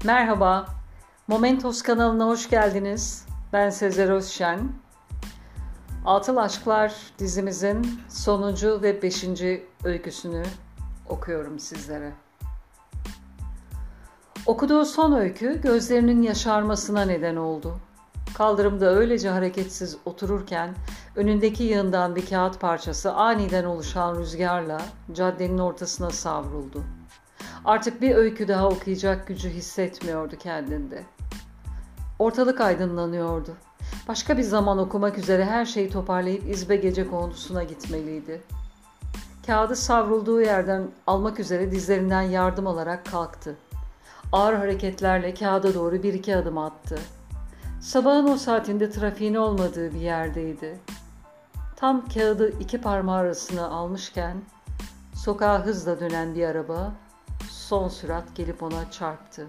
Merhaba, Momentos kanalına hoş geldiniz. Ben Sezer Özşen. Atıl Aşklar dizimizin sonuncu ve 5. öyküsünü okuyorum sizlere. Okuduğu son öykü gözlerinin yaşarmasına neden oldu. Kaldırımda öylece hareketsiz otururken önündeki yığından bir kağıt parçası aniden oluşan rüzgarla caddenin ortasına savruldu. Artık bir öykü daha okuyacak gücü hissetmiyordu kendinde. Ortalık aydınlanıyordu. Başka bir zaman okumak üzere her şeyi toparlayıp İzbe Gecekondusu'na gitmeliydi. Kağıdı savrulduğu yerden almak üzere dizlerinden yardım alarak kalktı. Ağır hareketlerle kağıda doğru bir iki adım attı. Sabahın o saatinde trafiğin olmadığı bir yerdeydi. Tam kağıdı iki parmağı arasına almışken sokağa hızla dönen bir araba son sürat gelip ona çarptı.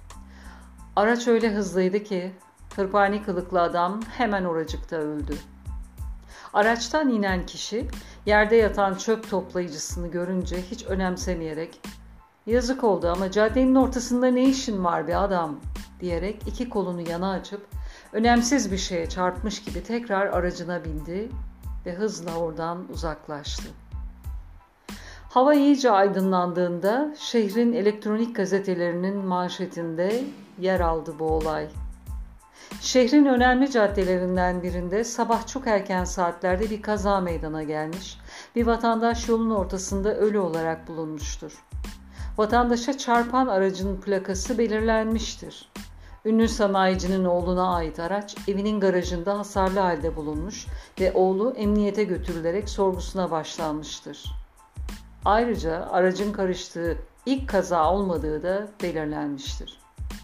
Araç öyle hızlıydı ki hırpani kılıklı adam hemen oracıkta öldü. Araçtan inen kişi yerde yatan çöp toplayıcısını görünce hiç önemsemeyerek "Yazık oldu ama caddenin ortasında ne işin var be adam?" diyerek iki kolunu yana açıp önemsiz bir şeye çarpmış gibi tekrar aracına bindi ve hızla oradan uzaklaştı. Hava iyice aydınlandığında şehrin elektronik gazetelerinin manşetinde yer aldı bu olay. Şehrin önemli caddelerinden birinde sabah çok erken saatlerde bir kaza meydana gelmiş, bir vatandaş yolun ortasında ölü olarak bulunmuştur. Vatandaşa çarpan aracın plakası belirlenmiştir. Ünlü sanayicinin oğluna ait araç evinin garajında hasarlı halde bulunmuş ve oğlu emniyete götürülerek sorgusuna başlanmıştır. Ayrıca aracın karıştığı ilk kaza olmadığı da belirlenmiştir.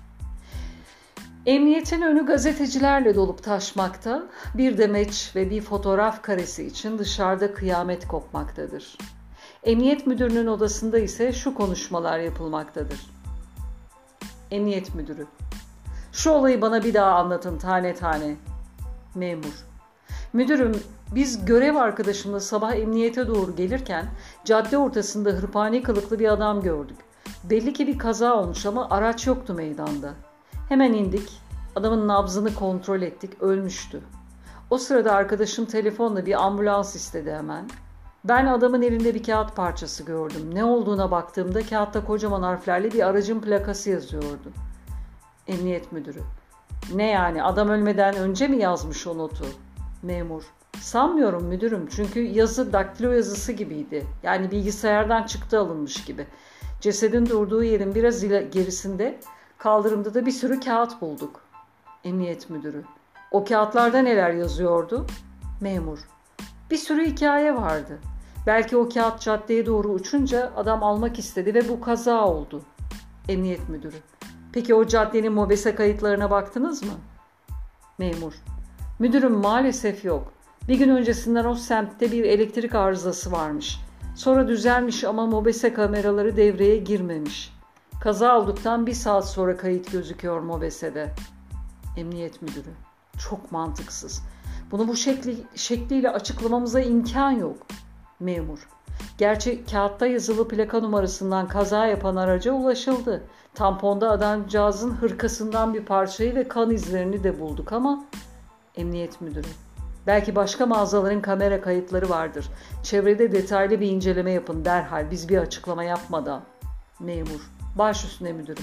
Emniyetin önü gazetecilerle dolup taşmakta, bir demeç ve bir fotoğraf karesi için dışarıda kıyamet kopmaktadır. Emniyet müdürünün odasında ise şu konuşmalar yapılmaktadır. Emniyet müdürü: "Şu olayı bana bir daha anlatın tane tane." Memur: "Müdürüm, biz görev arkadaşımla sabah emniyete doğru gelirken cadde ortasında hırpani kılıklı bir adam gördük. Belli ki bir kaza olmuş ama araç yoktu meydanda. Hemen indik, adamın nabzını kontrol ettik, ölmüştü. O sırada arkadaşım telefonla bir ambulans istedi hemen. Ben adamın elinde bir kağıt parçası gördüm. Ne olduğuna baktığımda kağıtta kocaman harflerle bir aracın plakası yazıyordu." Emniyet müdürü: "Ne yani, adam ölmeden önce mi yazmış o notu?" Memur: "Sanmıyorum müdürüm, çünkü yazı daktilo yazısı gibiydi. Yani bilgisayardan çıktı alınmış gibi. Cesedin durduğu yerin biraz gerisinde kaldırımda da bir sürü kağıt bulduk." Emniyet müdürü: "O kağıtlarda neler yazıyordu?" Memur: "Bir sürü hikaye vardı. Belki o kağıt caddeye doğru uçunca adam almak istedi ve bu kaza oldu." Emniyet müdürü: "Peki o caddenin mobese kayıtlarına baktınız mı?" Memur: "Müdürüm, maalesef yok. Bir gün öncesinden o semtte bir elektrik arızası varmış. Sonra düzelmiş ama mobese kameraları devreye girmemiş. Kaza olduktan bir saat sonra kayıt gözüküyor mobesede." Emniyet müdürü: "Çok mantıksız. Bunu bu şekliyle açıklamamıza imkan yok." Memur: "Gerçi kağıtta yazılı plaka numarasından kaza yapan araca ulaşıldı. Tamponda adamcağızın hırkasından bir parçayı ve kan izlerini de bulduk ama..." Emniyet müdürü: "Belki başka mağazaların kamera kayıtları vardır. Çevrede detaylı bir inceleme yapın derhal, biz bir açıklama yapmadan." Memur: "Baş üstüne müdürüm."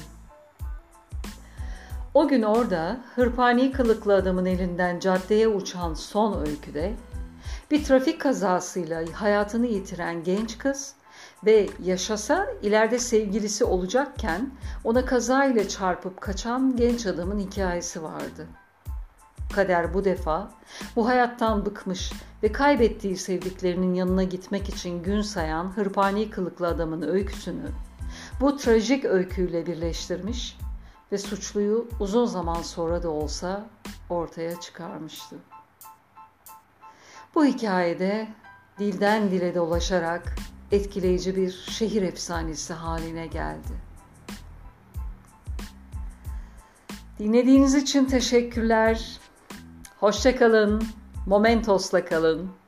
O gün orada hırpani kılıklı adamın elinden caddeye uçan son öyküde bir trafik kazasıyla hayatını yitiren genç kız ve yaşasa ileride sevgilisi olacakken ona kaza ile çarpıp kaçan genç adamın hikayesi vardı. Kader bu defa bu hayattan bıkmış ve kaybettiği sevdiklerinin yanına gitmek için gün sayan hırpani kılıklı adamın öyküsünü bu trajik öyküyle birleştirmiş ve suçluyu uzun zaman sonra da olsa ortaya çıkarmıştı. Bu hikayede dilden dile dolaşarak etkileyici bir şehir efsanesi haline geldi. Dinlediğiniz için teşekkürler. Hoşça kalın. Momentos'la kalın.